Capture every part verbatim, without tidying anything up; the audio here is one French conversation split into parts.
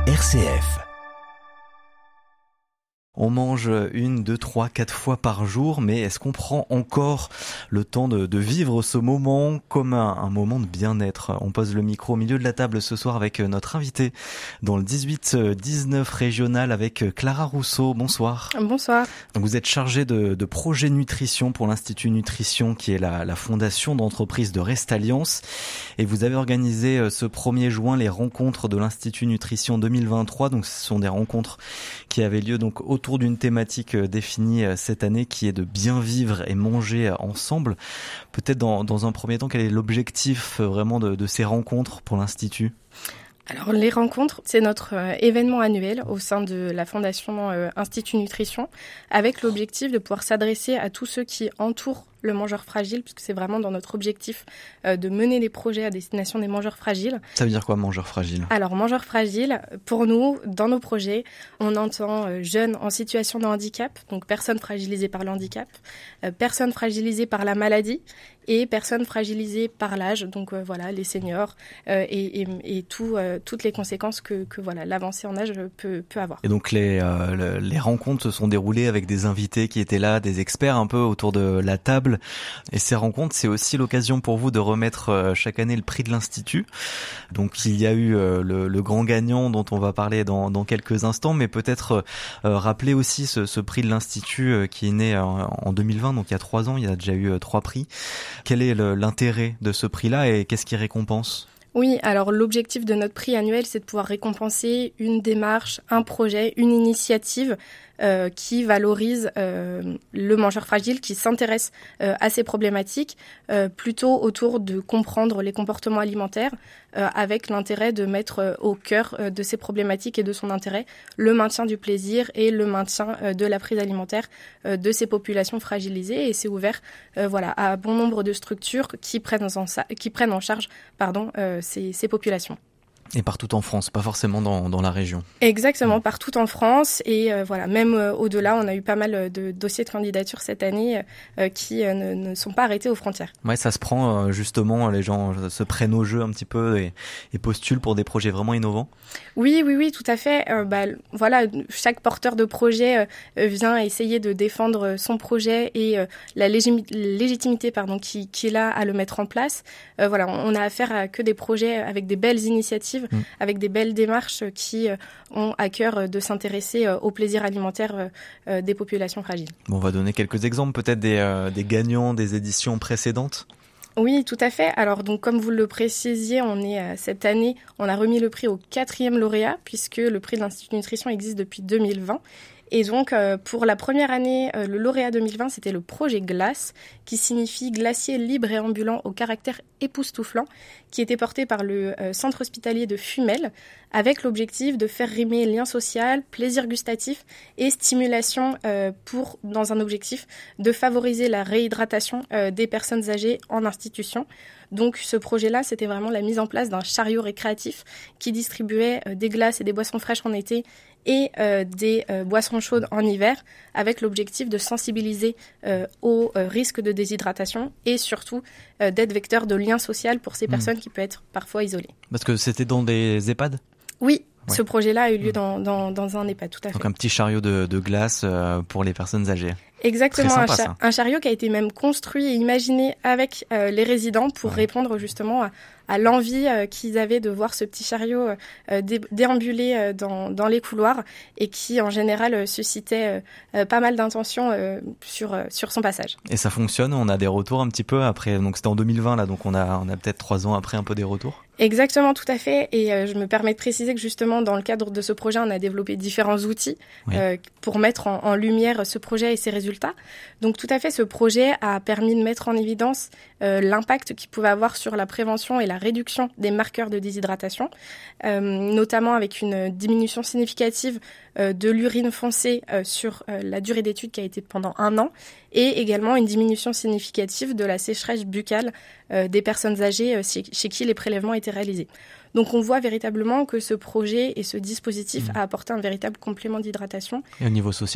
R C F. On mange une, deux, trois, quatre fois par jour, mais est-ce qu'on prend encore le temps de, de vivre ce moment comme un, un moment de bien-être ? On pose le micro au milieu de la table ce soir avec notre invité dans le dix-huit dix-neuf régional avec Clara Rousseau. Bonsoir. Bonsoir. Donc vous êtes chargée de, de projet nutrition pour l'Institut Nutrition, qui est la, la fondation d'entreprise de Restalliance. Et vous avez organisé ce premier juin les rencontres de l'Institut Nutrition deux mille vingt-trois. Donc ce sont des rencontres qui avaient lieu donc autour autour d'une thématique définie cette année qui est de bien vivre et manger ensemble. Peut-être dans, dans un premier temps, quel est l'objectif vraiment de, de ces rencontres pour l'Institut ? Alors les rencontres, c'est notre euh, événement annuel au sein de la Fondation euh, Institut Nutrition, avec l'objectif de pouvoir s'adresser à tous ceux qui entourent le mangeur fragile, puisque c'est vraiment dans notre objectif euh, de mener des projets à destination des mangeurs fragiles. Ça veut dire quoi, mangeur fragile ? Alors, mangeur fragile, pour nous, dans nos projets, on entend euh, jeunes en situation de handicap, donc personnes fragilisées par le handicap, euh, personnes fragilisées par la maladie et personnes fragilisées par l'âge, donc euh, voilà, les seniors euh, et, et, et tout, euh, toutes les conséquences que, que voilà, l'avancée en âge peut, peut avoir. Et donc, les, euh, le, les rencontres se sont déroulées avec des invités qui étaient là, des experts un peu autour de la table. Et ces rencontres, c'est aussi l'occasion pour vous de remettre chaque année le prix de l'Institut. Donc il y a eu le, le grand gagnant dont on va parler dans, dans quelques instants, mais peut-être euh, rappeler aussi ce, ce prix de l'Institut qui est né en, en deux mille vingt, donc il y a trois ans, il y a déjà eu trois prix. Quel est le, l'intérêt de ce prix-là et qu'est-ce qui récompense ? Oui, alors l'objectif de notre prix annuel, c'est de pouvoir récompenser une démarche, un projet, une initiative euh, qui valorise euh, le mangeur fragile, qui s'intéresse euh, à ces problématiques, euh, plutôt autour de comprendre les comportements alimentaires, euh, avec l'intérêt de mettre euh, au cœur euh, de ces problématiques et de son intérêt le maintien du plaisir et le maintien euh, de la prise alimentaire euh, de ces populations fragilisées. Et c'est ouvert euh, voilà, à bon nombre de structures qui prennent en, qui prennent en charge pardon, euh, Ces, ces populations. Et partout en France, pas forcément dans, dans la région. Exactement, partout en France. Et euh, voilà, même euh, au-delà, on a eu pas mal de dossiers de candidature cette année euh, qui euh, ne, ne sont pas arrêtés aux frontières. Ouais, ça se prend euh, justement, les gens se prennent au jeu un petit peu et, et postulent pour des projets vraiment innovants. Oui, oui, oui, tout à fait. Euh, bah, voilà, chaque porteur de projet euh, vient essayer de défendre son projet et euh, la légim- légitimité pardon, qui, qu'il a à le mettre en place. Euh, voilà, on a affaire à que des projets avec des belles initiatives, mmh. avec des belles démarches qui euh, ont à cœur de s'intéresser euh, au plaisir alimentaire euh, des populations fragiles. Bon, on va donner quelques exemples peut-être des, euh, des gagnants des éditions précédentes. Oui, tout à fait. Alors, donc, comme vous le précisiez, on est euh, cette année, on a remis le prix au quatrième lauréat, puisque le prix de l'Institut Nutrition existe depuis deux mille vingt. Et donc, euh, pour la première année, euh, le lauréat deux mille vingt, c'était le projet GLACE, qui signifie glacier libre et ambulant au caractère époustouflant, qui était porté par le euh, centre hospitalier de Fumel, avec l'objectif de faire rimer lien social, plaisir gustatif et stimulation euh, pour, dans un objectif de favoriser la réhydratation euh, des personnes âgées en institution. Donc ce projet-là, c'était vraiment la mise en place d'un chariot récréatif qui distribuait euh, des glaces et des boissons fraîches en été et euh, des euh, boissons chaudes en hiver, avec l'objectif de sensibiliser euh, au euh, risque de déshydratation et surtout euh, d'être vecteur de lien social pour ces mmh. personnes qui peuvent être parfois isolées. Parce que c'était dans des EHPAD ? Oui. Ouais. Ce projet-là a eu lieu mmh. dans, dans, dans un EHPAD, tout à fait. Donc un petit chariot de, de glace euh, pour les personnes âgées. Exactement, sympa, un, cha- un chariot qui a été même construit et imaginé avec euh, les résidents pour ouais. répondre justement à, à l'envie euh, qu'ils avaient de voir ce petit chariot euh, dé- déambuler euh, dans, dans les couloirs et qui en général euh, suscitait euh, pas mal d'intentions euh, sur, euh, sur son passage. Et ça fonctionne, on a des retours un petit peu après, donc c'était en deux mille vingt là, donc on a, on a peut-être trois ans après un peu des retours. Exactement, tout à fait. Et euh, je me permets de préciser que justement, dans le cadre de ce projet, on a développé différents outils oui. euh, pour mettre en, en lumière ce projet et ses résultats. Donc tout à fait, ce projet a permis de mettre en évidence euh, l'impact qu'il pouvait avoir sur la prévention et la réduction des marqueurs de déshydratation, euh, notamment avec une diminution significative euh, de l'urine foncée euh, sur euh, la durée d'étude qui a été pendant un an, et également une diminution significative de la sécheresse buccale euh, des personnes âgées euh, chez, chez qui les prélèvements étaient réalisés. Donc on voit véritablement que ce projet et ce dispositif mmh. a apporté un véritable complément d'hydratation. Et au niveau social aussi ?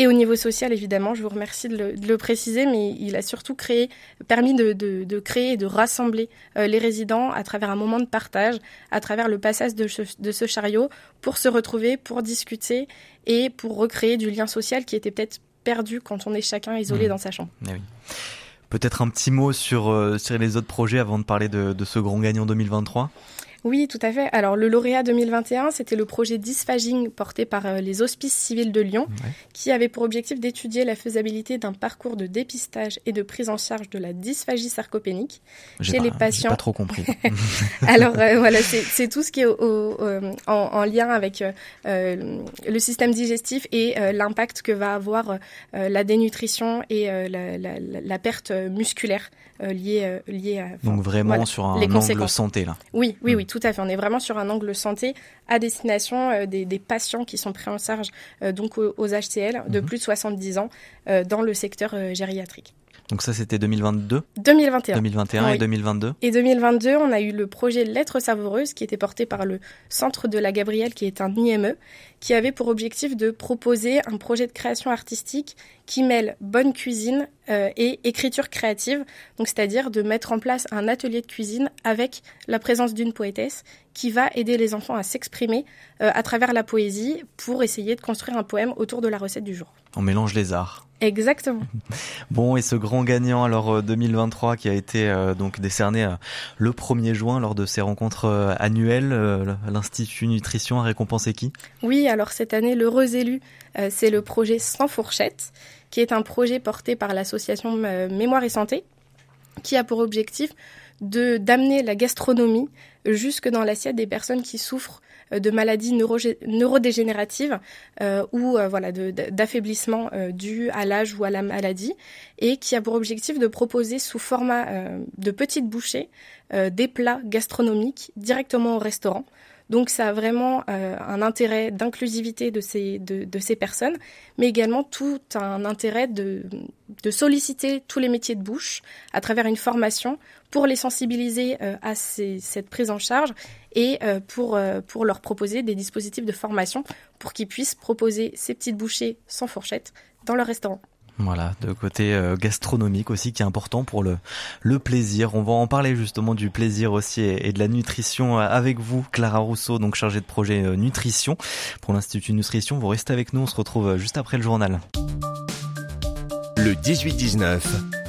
Et au niveau social, évidemment, je vous remercie de le, de le préciser, mais il a surtout créé, permis de, de, de créer et de rassembler euh, les résidents à travers un moment de partage, à travers le passage de ce, de ce chariot, pour se retrouver, pour discuter et pour recréer du lien social qui était peut-être perdu quand on est chacun isolé mmh. dans sa chambre. Eh oui. Peut-être un petit mot sur, euh, sur les autres projets avant de parler de, de ce grand gagnant deux mille vingt-trois. Oui, tout à fait. Alors, le lauréat deux mille vingt et un, c'était le projet Dysphagie porté par euh, les Hospices civils de Lyon, ouais. qui avait pour objectif d'étudier la faisabilité d'un parcours de dépistage et de prise en charge de la dysphagie sarcopénique j'ai chez pas, les patients. J'ai pas trop compris. Alors, euh, voilà, c'est, c'est tout ce qui est au, au, euh, en, en lien avec euh, le système digestif et euh, l'impact que va avoir euh, la dénutrition et euh, la, la, la, la perte musculaire euh, liée, euh, liée à... Donc vraiment voilà, sur un angle santé, là. Oui, oui, mmh. oui. Tout à fait, on est vraiment sur un angle santé à destination euh, des, des patients qui sont pris en charge euh, donc aux, aux H C L de mmh. plus de soixante-dix ans euh, dans le secteur euh, gériatrique. Donc ça, c'était deux mille vingt-deux deux mille vingt et un. deux mille vingt et un oui. Et deux mille vingt-deux Et deux mille vingt-deux, on a eu le projet Lettres Savoureuses qui était porté par le Centre de la Gabrielle, qui est un I M E, qui avait pour objectif de proposer un projet de création artistique qui mêle bonne cuisine euh, et écriture créative, donc c'est-à-dire de mettre en place un atelier de cuisine avec la présence d'une poétesse qui va aider les enfants à s'exprimer euh, à travers la poésie pour essayer de construire un poème autour de la recette du jour. On mélange les arts. Exactement. Bon, et ce grand gagnant alors deux mille vingt-trois qui a été euh, donc décerné euh, le premier juin lors de ses rencontres euh, annuelles, euh, l'Institut Nutrition a récompensé qui ? Oui, alors cette année, l'heureux élu, euh, c'est le projet Sans Fourchette, qui est un projet porté par l'association euh, Mémoire et Santé, qui a pour objectif de d'amener la gastronomie jusque dans l'assiette des personnes qui souffrent de maladies neuro- neurodégénératives euh, ou euh, voilà de, d'affaiblissement euh, dû à l'âge ou à la maladie, et qui a pour objectif de proposer sous format euh, de petites bouchées euh, des plats gastronomiques directement au restaurant. Donc ça a vraiment euh, un intérêt d'inclusivité de ces, de, de ces personnes, mais également tout un intérêt de, de solliciter tous les métiers de bouche à travers une formation pour les sensibiliser euh, à ces, cette prise en charge et euh, pour, euh, pour leur proposer des dispositifs de formation pour qu'ils puissent proposer ces petites bouchées sans fourchette dans leur restaurant. Voilà, de côté euh, gastronomique aussi qui est important pour le le plaisir. On va en parler justement du plaisir aussi et, et de la nutrition avec vous, Clara Rousseau, donc chargée de projet euh, nutrition pour l'Institut Nutrition. Vous restez avec nous, on se retrouve juste après le journal. Le dix-huit dix-neuf,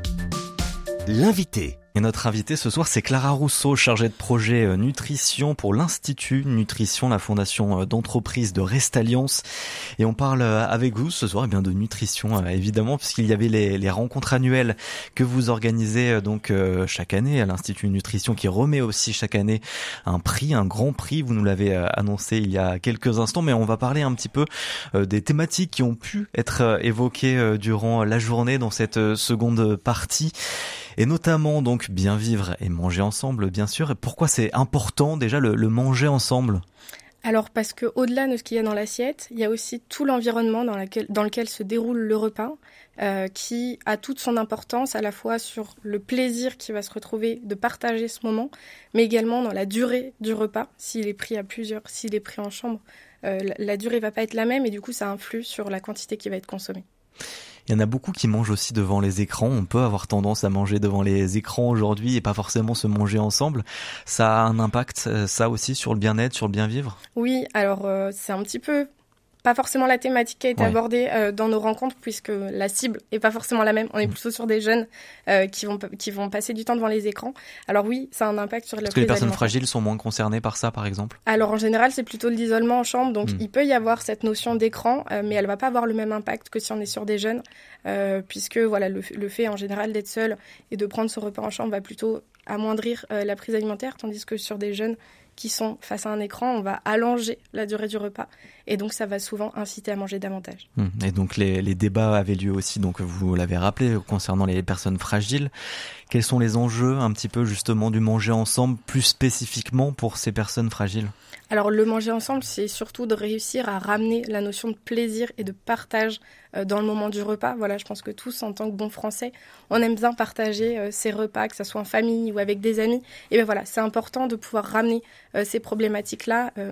l'invité. Et notre invitée ce soir, c'est Clara Rousseau, chargée de projet nutrition pour l'Institut Nutrition, la fondation d'entreprise de Restalliance. Et on parle avec vous ce soir eh bien de nutrition, évidemment, puisqu'il y avait les, les rencontres annuelles que vous organisez donc chaque année à l'Institut Nutrition, qui remet aussi chaque année un prix, un grand prix. Vous nous l'avez annoncé il y a quelques instants, mais on va parler un petit peu des thématiques qui ont pu être évoquées durant la journée dans cette seconde partie. Et notamment donc bien vivre et manger ensemble, bien sûr. Et pourquoi c'est important déjà le, le manger ensemble ? Alors parce que au-delà de ce qu'il y a dans l'assiette, il y a aussi tout l'environnement dans, laquelle, dans lequel se déroule le repas, euh, qui a toute son importance à la fois sur le plaisir qui va se retrouver de partager ce moment, mais également dans la durée du repas. S'il est pris à plusieurs, s'il est pris en chambre, euh, la, la durée va pas être la même et du coup ça influe sur la quantité qui va être consommée. Il y en a beaucoup qui mangent aussi devant les écrans. On peut avoir tendance à manger devant les écrans aujourd'hui et pas forcément se manger ensemble. Ça a un impact, ça aussi, sur le bien-être, sur le bien-vivre ? Oui, alors euh, c'est un petit peu... pas forcément la thématique qui a été ouais. abordée euh, dans nos rencontres, puisque la cible est pas forcément la même. On est plutôt sur des jeunes euh, qui vont qui vont passer du temps devant les écrans. Alors oui, ça a un impact sur la prise Est-ce que les personnes fragiles sont moins concernées par ça, par exemple ? Alors en général, c'est plutôt l'isolement en chambre, donc mmh. il peut y avoir cette notion d'écran, euh, mais elle va pas avoir le même impact que si on est sur des jeunes, euh, puisque voilà le, le fait en général d'être seul et de prendre ce repas en chambre va plutôt amoindrir euh, la prise alimentaire, tandis que sur des jeunes qui sont face à un écran, on va allonger la durée du repas et donc ça va souvent inciter à manger davantage. Et donc les, les débats avaient lieu aussi, donc vous l'avez rappelé, concernant les personnes fragiles. Quels sont les enjeux un petit peu justement du manger ensemble, plus spécifiquement pour ces personnes fragiles ? Alors le manger ensemble, c'est surtout de réussir à ramener la notion de plaisir et de partage euh, dans le moment du repas. Voilà, je pense que tous, en tant que bons Français, on aime bien partager euh, ces repas, que ce soit en famille ou avec des amis. Et bien voilà, c'est important de pouvoir ramener euh, ces problématiques-là euh,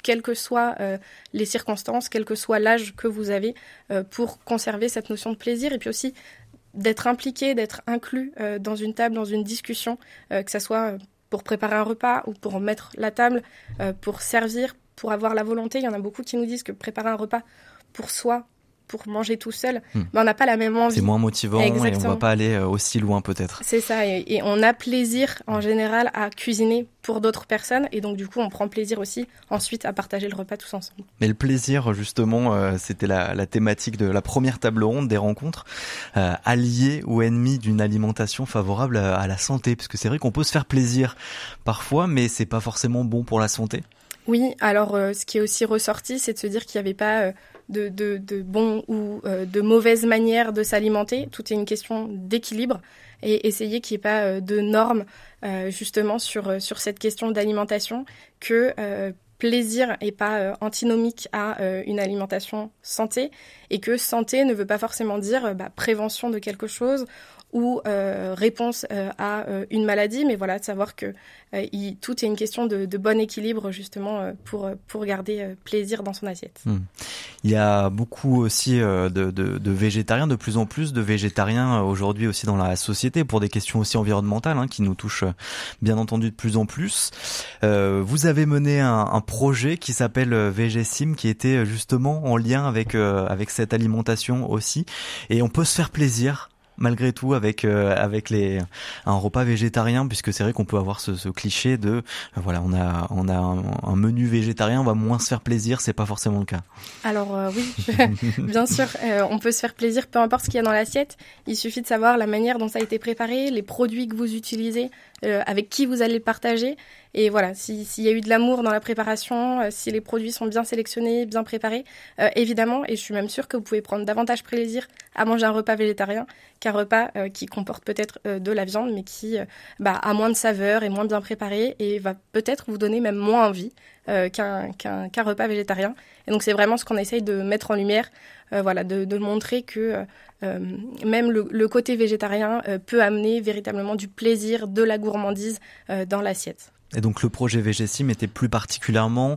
quelles que soient euh, les circonstances, quel que soit l'âge que vous avez, euh, pour conserver cette notion de plaisir et puis aussi d'être impliqué, d'être inclus euh, dans une table, dans une discussion, euh, que ça soit pour préparer un repas ou pour mettre la table, euh, pour servir, pour avoir la volonté. Il y en a beaucoup qui nous disent que préparer un repas pour soi, pour manger tout seul, hmm. ben on n'a pas la même envie. C'est moins motivant. Exactement. Et on ne va pas aller aussi loin peut-être. C'est ça, et, et on a plaisir en général à cuisiner pour d'autres personnes, et donc du coup on prend plaisir aussi ensuite à partager le repas tous ensemble. Mais le plaisir justement, euh, c'était la, la thématique de la première table ronde des rencontres, euh, allié ou ennemi d'une alimentation favorable à, à la santé, parce que c'est vrai qu'on peut se faire plaisir parfois, mais c'est pas forcément bon pour la santé. Oui, alors euh, ce qui est aussi ressorti, c'est de se dire qu'il n'y avait pas euh, de, de, de bon ou euh, de mauvaise manière de s'alimenter. Tout est une question d'équilibre et essayer qu'il n'y ait pas euh, de normes euh, justement sur, sur cette question d'alimentation, que euh, plaisir n'est pas euh, antinomique à euh, une alimentation santé, et que santé ne veut pas forcément dire euh, bah, prévention de quelque chose ou euh, réponse euh, à euh, une maladie, mais voilà, de savoir que euh, il, tout est une question de, de bon équilibre justement euh, pour, pour garder euh, plaisir dans son assiette. Mmh. Il y a beaucoup aussi euh, de, de, de végétariens, de plus en plus de végétariens euh, aujourd'hui aussi dans la société, pour des questions aussi environnementales hein, qui nous touchent euh, bien entendu de plus en plus. Euh, vous avez mené un, un projet qui s'appelle Végécime, qui était justement en lien avec, euh, avec cette alimentation aussi, et on peut se faire plaisir malgré tout avec euh, avec les un repas végétarien, puisque c'est vrai qu'on peut avoir ce, ce cliché de euh, voilà on a on a un, un menu végétarien, on va moins se faire plaisir. C'est pas forcément le cas. Alors euh, oui, bien sûr, euh, on peut se faire plaisir peu importe ce qu'il y a dans l'assiette. Il suffit de savoir la manière dont ça a été préparé, les produits que vous utilisez, euh, avec qui vous allez le partager. Et voilà, si, s'il y a eu de l'amour dans la préparation, euh, si les produits sont bien sélectionnés, bien préparés, euh, évidemment, et je suis même sûre que vous pouvez prendre davantage plaisir à manger un repas végétarien qu'un repas euh, qui comporte peut-être euh, de la viande, mais qui euh, bah, a moins de saveur, est moins bien préparé et va peut-être vous donner même moins envie euh, qu'un, qu'un, qu'un repas végétarien. Et donc c'est vraiment ce qu'on essaye de mettre en lumière, euh, voilà, de, de montrer que euh, même le, le côté végétarien euh, peut amener véritablement du plaisir, de la gourmandise euh, dans l'assiette. Et donc le projet Végécime était plus particulièrement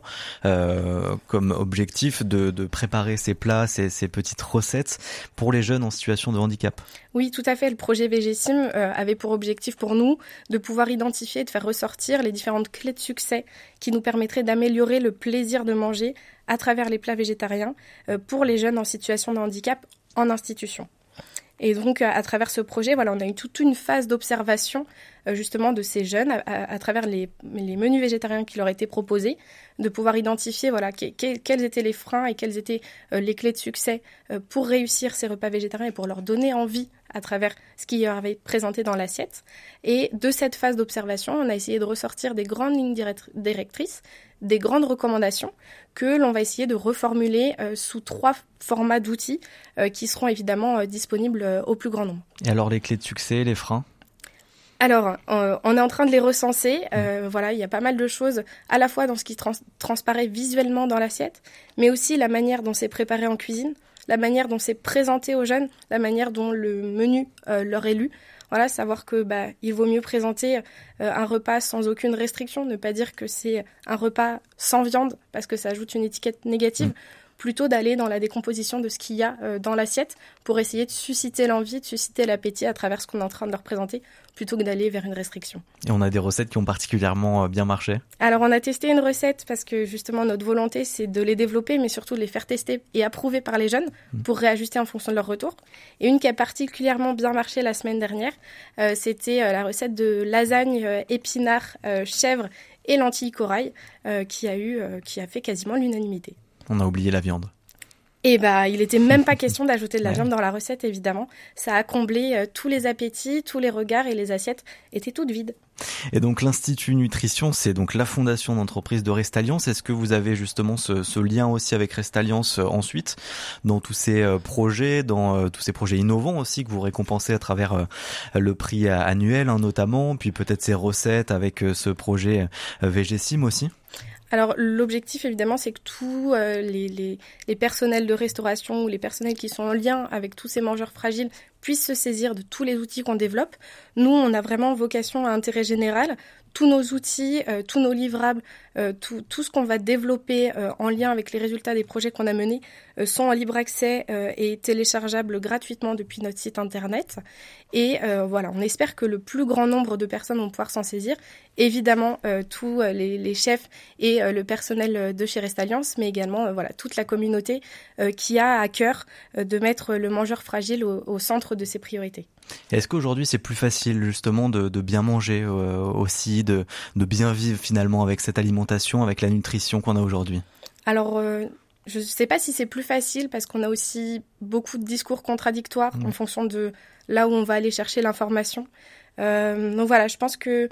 euh, comme objectif de, de préparer ces plats, ces, ces petites recettes pour les jeunes en situation de handicap. Oui, tout à fait. Le projet Végécime euh, avait pour objectif pour nous de pouvoir identifier, de faire ressortir les différentes clés de succès qui nous permettraient d'améliorer le plaisir de manger à travers les plats végétariens euh, pour les jeunes en situation de handicap en institution. Et donc, à travers ce projet, voilà, on a eu toute une phase d'observation euh, justement de ces jeunes à, à, à travers les, les menus végétariens qui leur étaient proposés, de pouvoir identifier voilà, que, que, quels étaient les freins et quelles étaient euh, les clés de succès euh, pour réussir ces repas végétariens et pour leur donner envie à travers ce qui leur avait présenté dans l'assiette. Et de cette phase d'observation, on a essayé de ressortir des grandes lignes directrices, des grandes recommandations que l'on va essayer de reformuler euh, sous trois formats d'outils euh, qui seront évidemment euh, disponibles euh, au plus grand nombre. Et alors les clés de succès, les freins ? Alors, euh, on est en train de les recenser. Euh, mmh. Voilà, il y a pas mal de choses, à la fois dans ce qui trans- transparaît visuellement dans l'assiette, mais aussi la manière dont c'est préparé en cuisine, la manière dont c'est présenté aux jeunes, la manière dont le menu euh, leur est lu. Voilà, savoir que bah il vaut mieux présenter euh, un repas sans aucune restriction, ne pas dire que c'est un repas sans viande parce que ça ajoute une étiquette négative. Mmh. Plutôt d'aller dans la décomposition de ce qu'il y a euh, dans l'assiette pour essayer de susciter l'envie, de susciter l'appétit à travers ce qu'on est en train de leur présenter, plutôt que d'aller vers une restriction. Et on a des recettes qui ont particulièrement euh, bien marché ? Alors on a testé une recette parce que justement notre volonté c'est de les développer, mais surtout de les faire tester et approuver par les jeunes mmh. pour réajuster en fonction de leur retour. Et une qui a particulièrement bien marché la semaine dernière, euh, c'était euh, la recette de lasagne euh, épinards, euh, chèvre et lentilles corail euh, qui a eu, euh, qui a fait quasiment l'unanimité. On a oublié la viande. Et bah, il était même pas question d'ajouter de la ouais. viande dans la recette, évidemment. Ça a comblé euh, tous les appétits, tous les regards, et les assiettes étaient toutes vides. Et donc l'Institut Nutrition, c'est donc la fondation d'entreprise de Restalliance. Est-ce que vous avez justement ce, ce lien aussi avec Restalliance euh, ensuite dans tous ces euh, projets, dans euh, tous ces projets innovants aussi que vous récompensez à travers euh, le prix annuel hein, notamment, puis peut-être ces recettes avec euh, ce projet euh, Végécime aussi ? Alors l'objectif évidemment c'est que tous euh, les, les, les personnels de restauration ou les personnels qui sont en lien avec tous ces mangeurs fragiles puissent se saisir de tous les outils qu'on développe. Nous, on a vraiment vocation à intérêt général. Tous nos outils, euh, tous nos livrables, euh, tout, tout ce qu'on va développer euh, en lien avec les résultats des projets qu'on a menés euh, sont en libre accès euh, et téléchargeables gratuitement depuis notre site internet. Et euh, voilà, on espère que le plus grand nombre de personnes vont pouvoir s'en saisir. Évidemment, euh, tous les, les chefs et euh, le personnel de chez Restalliance, mais également euh, voilà, toute la communauté euh, qui a à cœur euh, de mettre le mangeur fragile au, au centre de ses priorités. Est-ce qu'aujourd'hui c'est plus facile justement de, de bien manger euh, aussi, de, de bien vivre finalement avec cette alimentation, avec la nutrition qu'on a aujourd'hui ? Alors, euh, je ne sais pas si c'est plus facile parce qu'on a aussi beaucoup de discours contradictoires mmh. en fonction de là où on va aller chercher l'information. Euh, donc voilà, je pense que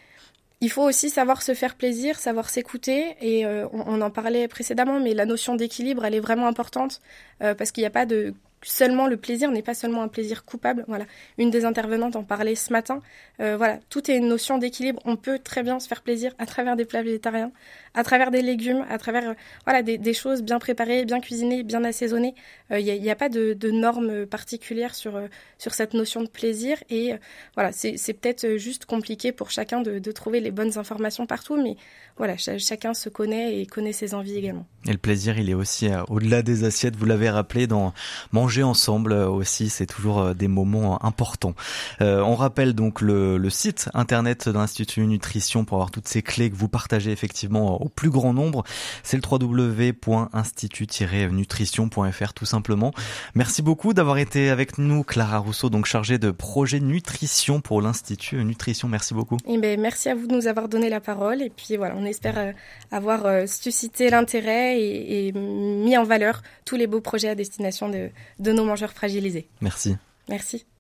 il faut aussi savoir se faire plaisir, savoir s'écouter et euh, on, on en parlait précédemment, mais la notion d'équilibre, elle est vraiment importante euh, parce qu'il n'y a pas de... Seulement, le plaisir n'est pas seulement un plaisir coupable. Voilà, une des intervenantes en parlait ce matin. Euh, voilà, tout est une notion d'équilibre. On peut très bien se faire plaisir à travers des plats végétariens, à travers des légumes, à travers euh, voilà des, des choses bien préparées, bien cuisinées, bien assaisonnées. Il n'y a, y a pas de, de normes particulières sur euh, sur cette notion de plaisir. Et euh, voilà, c'est, c'est peut-être juste compliqué pour chacun de, de trouver les bonnes informations partout, mais voilà, ch- chacun se connaît et connaît ses envies également. Et le plaisir, il est aussi euh, au-delà des assiettes. Vous l'avez rappelé, dans manger ensemble aussi, c'est toujours des moments importants. Euh, on rappelle donc le, le site internet de l'Institut Nutrition pour avoir toutes ces clés que vous partagez effectivement au plus grand nombre. C'est le w w w point institut tiret nutrition point f r tout simplement. Merci beaucoup d'avoir été avec nous, Clara Rousseau, donc chargée de projet nutrition pour l'Institut Nutrition. Merci beaucoup. Et ben, merci à vous de nous avoir donné la parole. Et puis voilà, on espère euh, avoir euh, suscité l'intérêt et, et mis en valeur tous les beaux projets à destination de, de nos mangeurs fragilisés. Merci. Merci.